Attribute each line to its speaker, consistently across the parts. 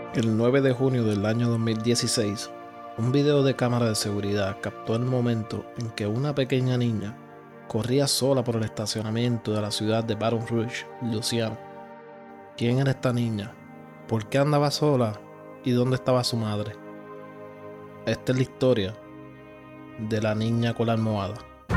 Speaker 1: El 9 de junio del año 2016, un video de cámara de seguridad captó el momento en que una pequeña niña corría sola por el estacionamiento de la ciudad de Baton Rouge, Luisiana. ¿Quién era esta niña? ¿Por qué andaba sola? ¿Y dónde estaba su madre? Esta es la historia de la niña con la almohada.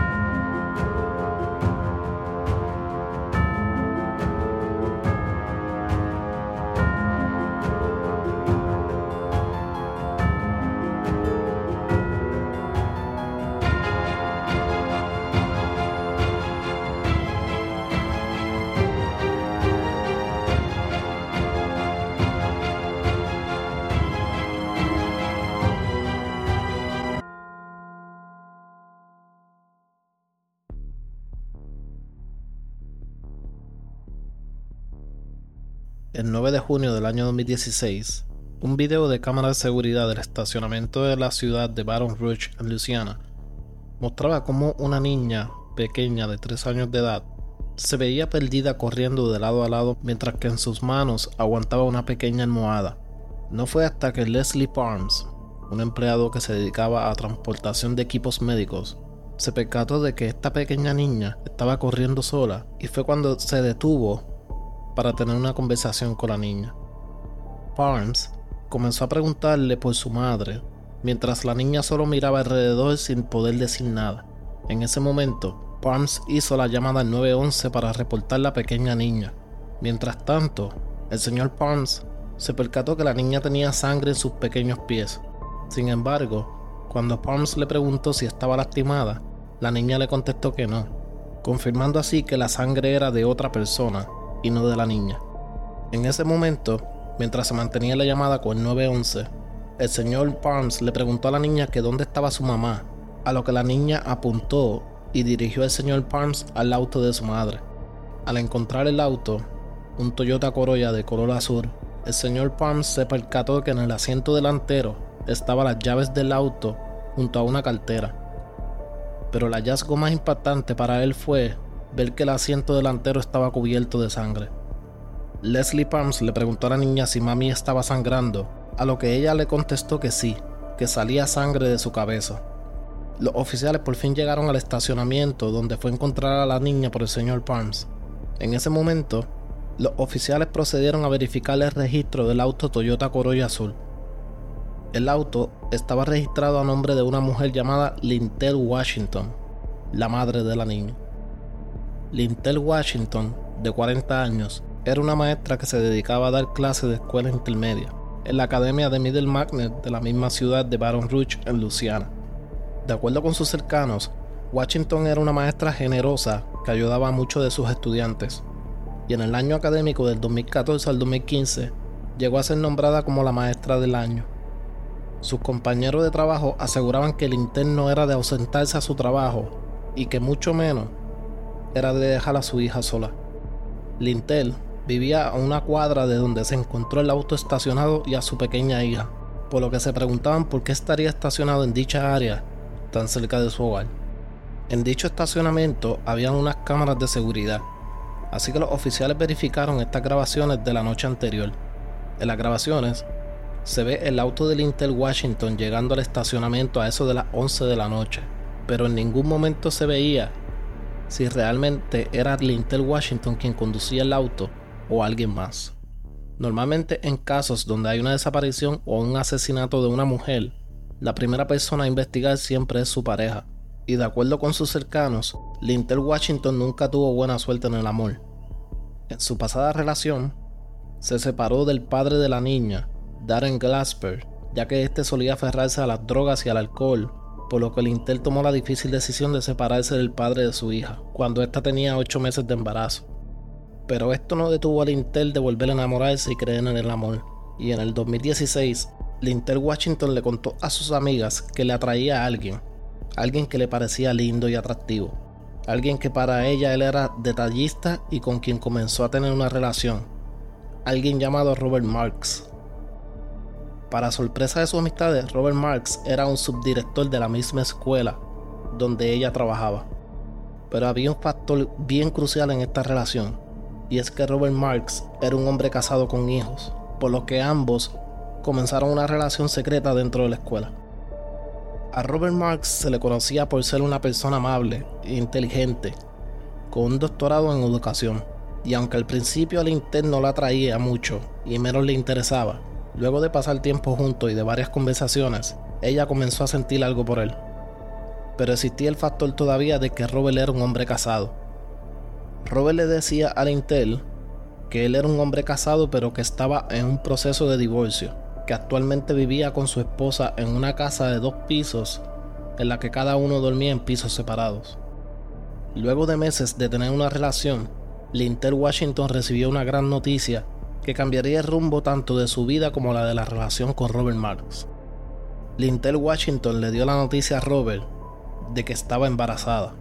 Speaker 1: El 9 de junio del año 2016, un video de cámara de seguridad del estacionamiento de la ciudad de Baton Rouge, en Luisiana, mostraba cómo una niña pequeña de 3 años de edad se veía perdida corriendo de lado a lado mientras que en sus manos aguantaba una pequeña almohada. No fue hasta que Leslie Parms, un empleado que se dedicaba a transportación de equipos médicos, se percató de que esta pequeña niña estaba corriendo sola y fue cuando se detuvo para tener una conversación con la niña. Parms comenzó a preguntarle por su madre, mientras la niña solo miraba alrededor sin poder decir nada. En ese momento, Parms hizo la llamada al 911 para reportar la pequeña niña. Mientras tanto, el señor Parms se percató que la niña tenía sangre en sus pequeños pies. Sin embargo, cuando Parms le preguntó si estaba lastimada, la niña le contestó que no, confirmando así que la sangre era de otra persona y no de la niña. En ese momento, mientras se mantenía la llamada con el 911, el señor Parms le preguntó a la niña que dónde estaba su mamá, a lo que la niña apuntó y dirigió al señor Parms al auto de su madre. Al encontrar el auto, un Toyota Corolla de color azul, el señor Parms se percató que en el asiento delantero estaban las llaves del auto junto a una cartera. Pero el hallazgo más impactante para él fue ver que el asiento delantero estaba cubierto de sangre. Leslie Parms le preguntó a la niña si mami estaba sangrando, a lo que ella le contestó que sí, que salía sangre de su cabeza. Los oficiales por fin llegaron al estacionamiento donde fue encontrada a la niña por el señor Parms. En ese momento, los oficiales procedieron a verificar el registro del auto Toyota Corolla azul. El auto estaba registrado a nombre de una mujer llamada Lintel Washington, la madre de la niña. Lintel Washington, de 40 años, era una maestra que se dedicaba a dar clases de escuela intermedia en la academia de Middle Magnet de la misma ciudad de Baton Rouge, en Luisiana. De acuerdo con sus cercanos, Washington era una maestra generosa que ayudaba a muchos de sus estudiantes, y en el año académico del 2014 al 2015 llegó a ser nombrada como la maestra del año. Sus compañeros de trabajo aseguraban que Lintel no era de ausentarse a su trabajo y que mucho menos era de dejar a su hija sola. Lintel vivía a una cuadra de donde se encontró el auto estacionado y a su pequeña hija, por lo que se preguntaban por qué estaría estacionado en dicha área tan cerca de su hogar. En dicho estacionamiento habían unas cámaras de seguridad, así que los oficiales verificaron estas grabaciones de la noche anterior. En las grabaciones se ve el auto de Lintel Washington llegando al estacionamiento a eso de las 11 de la noche, pero en ningún momento se veía si realmente era Lintel Washington quien conducía el auto o alguien más. Normalmente en casos donde hay una desaparición o un asesinato de una mujer, la primera persona a investigar siempre es su pareja, y de acuerdo con sus cercanos, Lintel Washington nunca tuvo buena suerte en el amor. En su pasada relación, se separó del padre de la niña, Darren Glasper, ya que este solía aferrarse a las drogas y al alcohol, por lo que Lintel tomó la difícil decisión de separarse del padre de su hija, cuando ésta tenía 8 meses de embarazo. Pero esto no detuvo a Lintel de volver a enamorarse y creer en el amor, y en el 2016, Lintel Washington le contó a sus amigas que le atraía a alguien que le parecía lindo y atractivo, alguien que para ella él era detallista y con quien comenzó a tener una relación, alguien llamado Robert Marks. Para sorpresa de sus amistades, Robert Marks era un subdirector de la misma escuela donde ella trabajaba. Pero había un factor bien crucial en esta relación, y es que Robert Marks era un hombre casado con hijos, por lo que ambos comenzaron una relación secreta dentro de la escuela. A Robert Marks se le conocía por ser una persona amable e inteligente, con un doctorado en educación, y aunque al principio a Lintel no la atraía mucho y menos le interesaba, luego de pasar tiempo juntos y de varias conversaciones, ella comenzó a sentir algo por él. Pero existía el factor todavía de que Robert era un hombre casado. Robert le decía a Lintel que él era un hombre casado pero que estaba en un proceso de divorcio, que actualmente vivía con su esposa en una casa de 2 pisos en la que cada uno dormía en pisos separados. Luego de meses de tener una relación, Lintel Washington recibió una gran noticia que cambiaría el rumbo tanto de su vida como la de la relación con Robert Marks. Lintel Washington le dio la noticia a Robert de que estaba embarazada.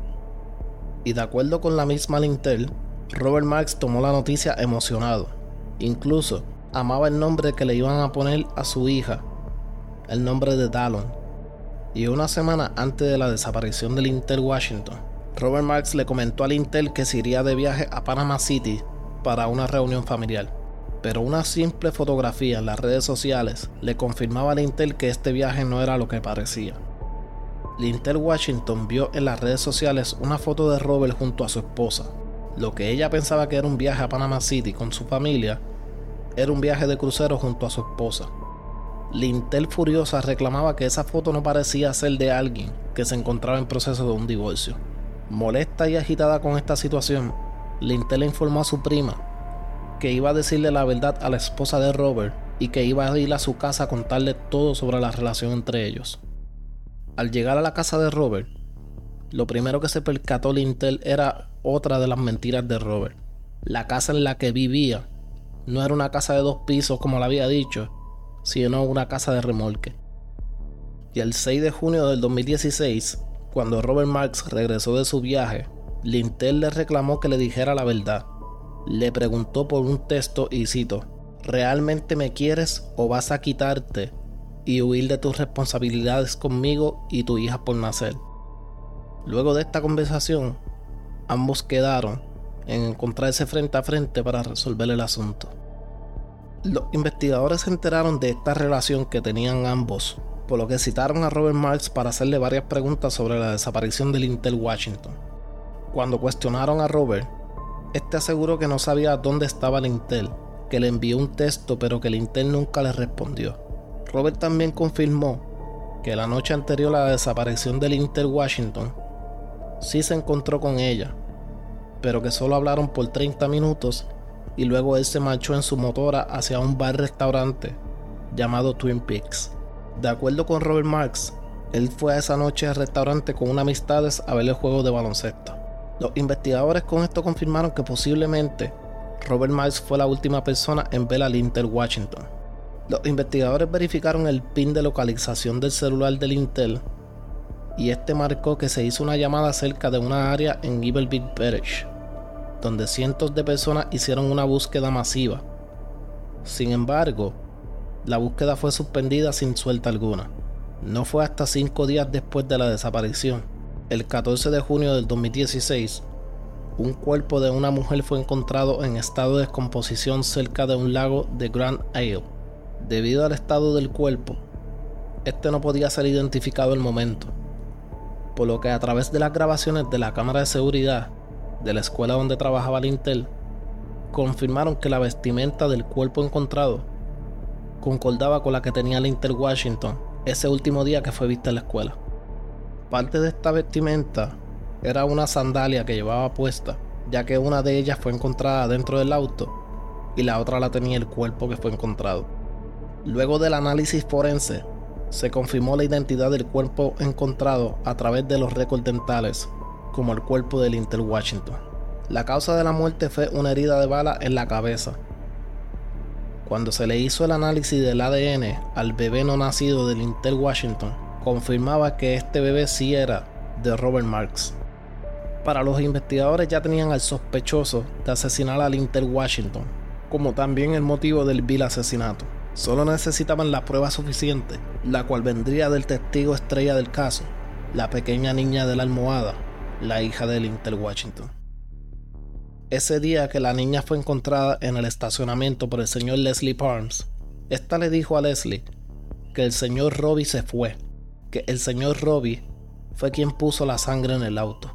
Speaker 1: Y de acuerdo con la misma Lintel, Robert Marks tomó la noticia emocionado. Incluso amaba el nombre que le iban a poner a su hija, el nombre de Dallon. Y una semana antes de la desaparición de Lintel Washington, Robert Marks le comentó a Lintel que se iría de viaje a Panama City para una reunión familiar. Pero una simple fotografía en las redes sociales le confirmaba a Lintel que este viaje no era lo que parecía. Lintel Washington vio en las redes sociales una foto de Robert junto a su esposa. Lo que ella pensaba que era un viaje a Panama City con su familia, era un viaje de crucero junto a su esposa. Lintel, furiosa, reclamaba que esa foto no parecía ser de alguien que se encontraba en proceso de un divorcio. Molesta y agitada con esta situación, Lintel informó a su prima que iba a decirle la verdad a la esposa de Robert y que iba a ir a su casa a contarle todo sobre la relación entre ellos. Al llegar a la casa de Robert, lo primero que se percató Lintel era otra de las mentiras de Robert. La casa en la que vivía no era una casa de 2 pisos como le había dicho, sino una casa de remolque. Y el 6 de junio del 2016, cuando Robert Marks regresó de su viaje, Lintel le reclamó que le dijera la verdad. Le preguntó por un texto y cito: ¿realmente me quieres o vas a quitarte y huir de tus responsabilidades conmigo y tu hija por nacer? Luego de esta conversación, ambos quedaron en encontrarse frente a frente para resolver el asunto. Los investigadores se enteraron de esta relación que tenían ambos, por lo que citaron a Robert Marks para hacerle varias preguntas sobre la desaparición de Lintel Washington. Cuando cuestionaron a Robert, este aseguró que no sabía dónde estaba Lintel, que le envió un texto pero que Lintel nunca le respondió. Robert también confirmó que la noche anterior a la desaparición de Lintel Washington sí se encontró con ella, pero que solo hablaron por 30 minutos y luego él se marchó en su motora hacia un bar-restaurante llamado Twin Peaks. De acuerdo con Robert Marks, él fue a esa noche al restaurante con unas amistades a ver el juego de baloncesto. Los investigadores con esto confirmaron que posiblemente Robert Marks fue la última persona en ver a Lintel Washington. Los investigadores verificaron el pin de localización del celular de Lintel y este marcó que se hizo una llamada cerca de una área en Evil Big Parish, donde cientos de personas hicieron una búsqueda masiva. Sin embargo, la búsqueda fue suspendida sin suerte alguna. No fue hasta 5 días después de la desaparición, el 14 de junio del 2016, un cuerpo de una mujer fue encontrado en estado de descomposición cerca de un lago de Grand Isle. Debido al estado del cuerpo, este no podía ser identificado al momento, por lo que a través de las grabaciones de la cámara de seguridad de la escuela donde trabajaba Lintel, confirmaron que la vestimenta del cuerpo encontrado concordaba con la que tenía Lintel Washington ese último día que fue vista en la escuela. Parte de esta vestimenta era una sandalia que llevaba puesta, ya que una de ellas fue encontrada dentro del auto y la otra la tenía el cuerpo que fue encontrado. Luego del análisis forense, se confirmó la identidad del cuerpo encontrado a través de los récords dentales, como el cuerpo de Lintel Washington. La causa de la muerte fue una herida de bala en la cabeza. Cuando se le hizo el análisis del ADN al bebé no nacido de Lintel Washington, confirmaba que este bebé sí era de Robert Marks. Para los investigadores ya tenían al sospechoso de asesinar a Lintel Washington, como también el motivo del vil asesinato. Solo necesitaban la prueba suficiente, la cual vendría del testigo estrella del caso, la pequeña niña de la almohada, la hija de Lintel Washington. Ese día que la niña fue encontrada en el estacionamiento por el señor Leslie Parms, Esta le dijo a Leslie que el señor Robbie se fue, que el señor Robbie fue quien puso la sangre en el auto.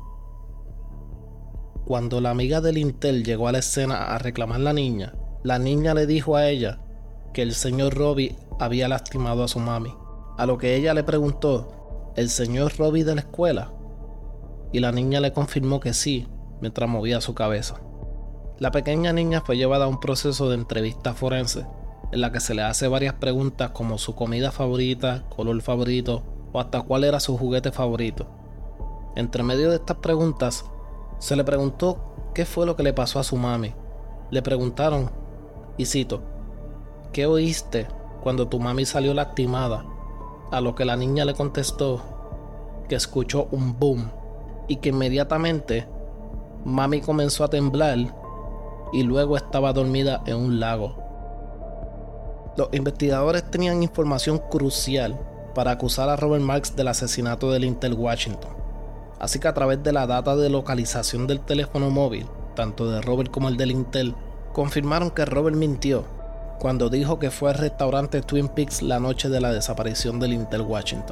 Speaker 1: Cuando la amiga de Lintel llegó a la escena a reclamar la niña le dijo a ella que el señor Robbie había lastimado a su mami, a lo que ella le preguntó: ¿el señor Robbie de la escuela? Y la niña le confirmó que sí, mientras movía su cabeza. La pequeña niña fue llevada a un proceso de entrevista forense, en la que se le hace varias preguntas como su comida favorita, color favorito o hasta cuál era su juguete favorito. Entre medio de estas preguntas, se le preguntó qué fue lo que le pasó a su mami. Le preguntaron, y cito: ¿qué oíste cuando tu mami salió lastimada? A lo que la niña le contestó que escuchó un boom y que inmediatamente mami comenzó a temblar y luego estaba dormida en un lago. Los investigadores tenían información crucial para acusar a Robert Marks del asesinato de Lintel Washington. Así que a través de la data de localización del teléfono móvil, tanto de Robert como el de Lintel, confirmaron que Robert mintió cuando dijo que fue al restaurante Twin Peaks la noche de la desaparición de Lintel Washington.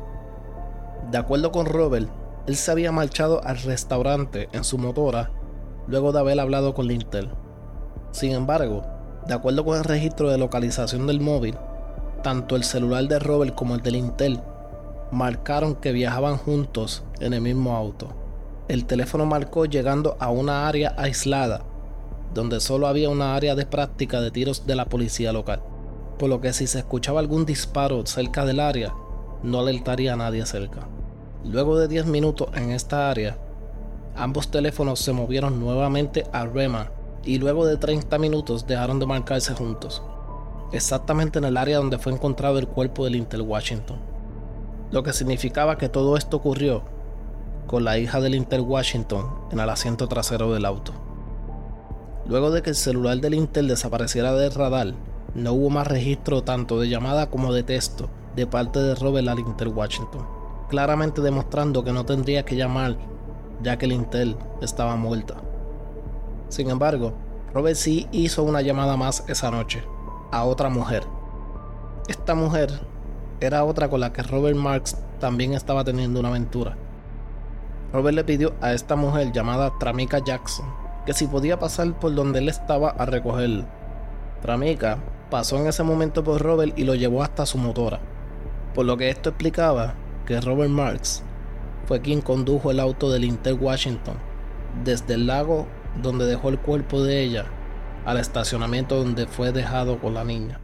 Speaker 1: De acuerdo con Robert, él se había marchado al restaurante en su motora luego de haber hablado con Lintel. Sin embargo, de acuerdo con el registro de localización del móvil, tanto el celular de Robert como el de Lintel marcaron que viajaban juntos en el mismo auto. El teléfono marcó llegando a una área aislada, donde solo había una área de práctica de tiros de la policía local, por lo que si se escuchaba algún disparo cerca del área, no alertaría a nadie cerca. Luego de 10 minutos en esta área, ambos teléfonos se movieron nuevamente a Rema y luego de 30 minutos dejaron de marcarse juntos, exactamente en el área donde fue encontrado el cuerpo de Lintel Washington, lo que significaba que todo esto ocurrió con la hija de Lintel Washington en el asiento trasero del auto. Luego de que el celular de Lintel desapareciera del radar, no hubo más registro tanto de llamada como de texto de parte de Robert a Lintel Washington, claramente demostrando que no tendría que llamar ya que Lintel estaba muerta. Sin embargo, Robert sí hizo una llamada más esa noche, a otra mujer. Esta mujer era otra con la que Robert Marks también estaba teniendo una aventura. Robert le pidió a esta mujer llamada Tamika Jackson que si podía pasar por donde él estaba a recogerlo. Tamika pasó en ese momento por Robert y lo llevó hasta su motora, por lo que esto explicaba que Robert Marks fue quien condujo el auto de Lintel Washington desde el lago donde dejó el cuerpo de ella al estacionamiento donde fue dejado con la niña.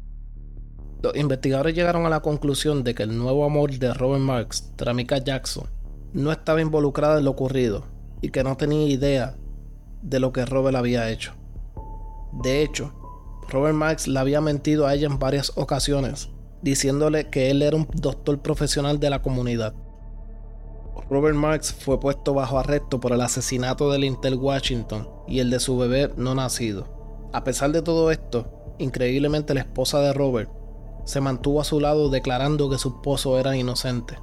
Speaker 1: Los investigadores llegaron a la conclusión de que el nuevo amor de Robert Marks, Tamika Jackson, no estaba involucrada en lo ocurrido y que no tenía idea de lo que Robert había hecho. De hecho, Robert Marks le había mentido a ella en varias ocasiones, diciéndole que él era un doctor profesional de la comunidad. Robert Marks fue puesto bajo arresto por el asesinato de Lintel Washington y el de su bebé no nacido. A pesar de todo esto, increíblemente la esposa de Robert se mantuvo a su lado declarando que su esposo era inocente.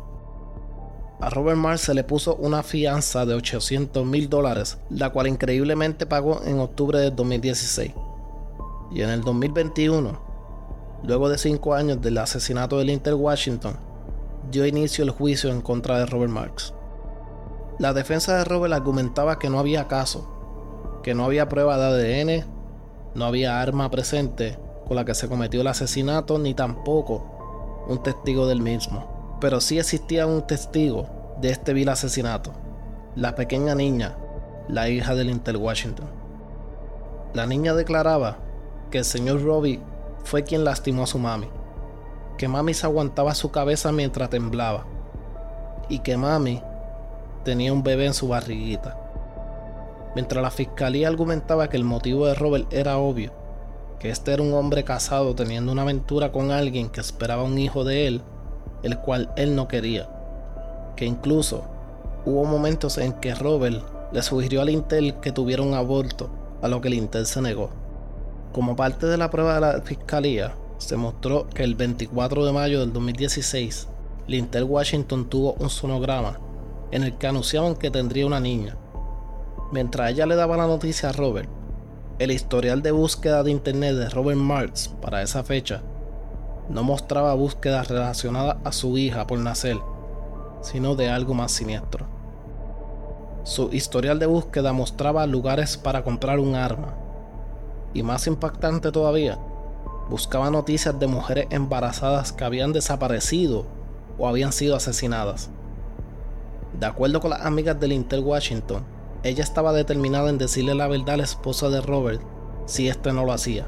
Speaker 1: A Robert Marks se le puso una fianza de $800,000, la cual increíblemente pagó en octubre de 2016. Y en el 2021, luego de 5 años del asesinato de Lintel Washington, dio inicio el juicio en contra de Robert Marks. La defensa de Robert argumentaba que no había caso, que no había prueba de ADN, no había arma presente con la que se cometió el asesinato, ni tampoco un testigo del mismo. Pero sí existía un testigo de este vil asesinato: la pequeña niña, la hija de Lintel Washington. La niña declaraba que el señor Robbie fue quien lastimó a su mami, que mami se aguantaba su cabeza mientras temblaba y que mami tenía un bebé en su barriguita. Mientras la fiscalía argumentaba que el motivo de Robert era obvio, que este era un hombre casado teniendo una aventura con alguien que esperaba un hijo de él, el cual él no quería, que incluso hubo momentos en que Robert le sugirió a Lintel que tuviera un aborto, a lo que Lintel se negó. Como parte de la prueba de la fiscalía, se mostró que el 24 de mayo del 2016, Lintel Washington tuvo un sonograma en el que anunciaban que tendría una niña. Mientras ella le daba la noticia a Robert, El historial de búsqueda de internet de Robert Marks para esa fecha no mostraba búsquedas relacionadas a su hija por nacer, sino de algo más siniestro. Su historial de búsqueda mostraba lugares para comprar un arma, y más impactante todavía, buscaba noticias de mujeres embarazadas que habían desaparecido o habían sido asesinadas. De acuerdo con las amigas de Lintel Washington, ella estaba determinada en decirle la verdad a la esposa de Robert si éste no lo hacía.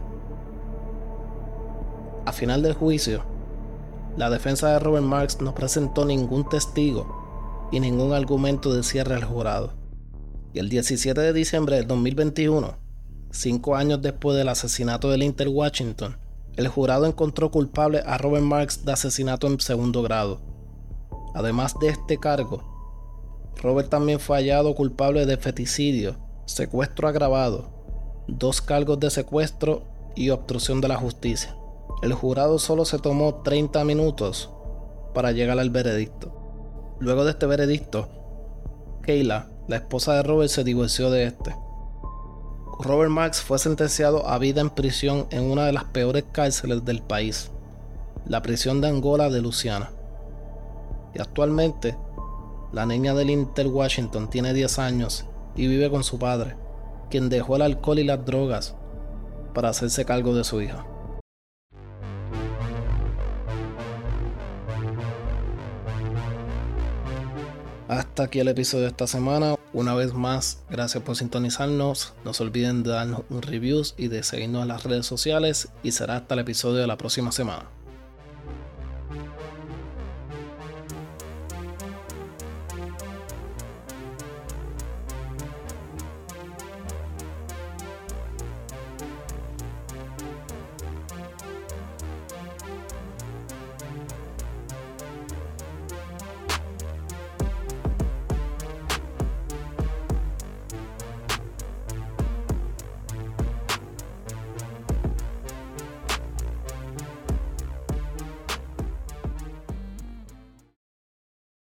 Speaker 1: A final del juicio, la defensa de Robert Marks no presentó ningún testigo y ningún argumento de cierre al jurado. Y el 17 de diciembre del 2021, 5 años después del asesinato de Lintel Washington, el jurado encontró culpable a Robert Marks de asesinato en segundo grado. Además de este cargo, Robert también fue hallado culpable de feticidio, secuestro agravado, 2 cargos de secuestro y obstrucción de la justicia. El jurado solo se tomó 30 minutos para llegar al veredicto. Luego de este veredicto, Kayla, la esposa de Robert, se divorció de este. Robert Marks fue sentenciado a vida en prisión en una de las peores cárceles del país, la prisión de Angola de Luisiana. Y actualmente, la niña de Lintel Washington tiene 10 años y vive con su padre, quien dejó el alcohol y las drogas para hacerse cargo de su hija. Hasta aquí el episodio de esta semana. Una vez más, gracias por sintonizarnos. No se olviden de darnos un review y de seguirnos en las redes sociales. Y será hasta el episodio de la próxima semana.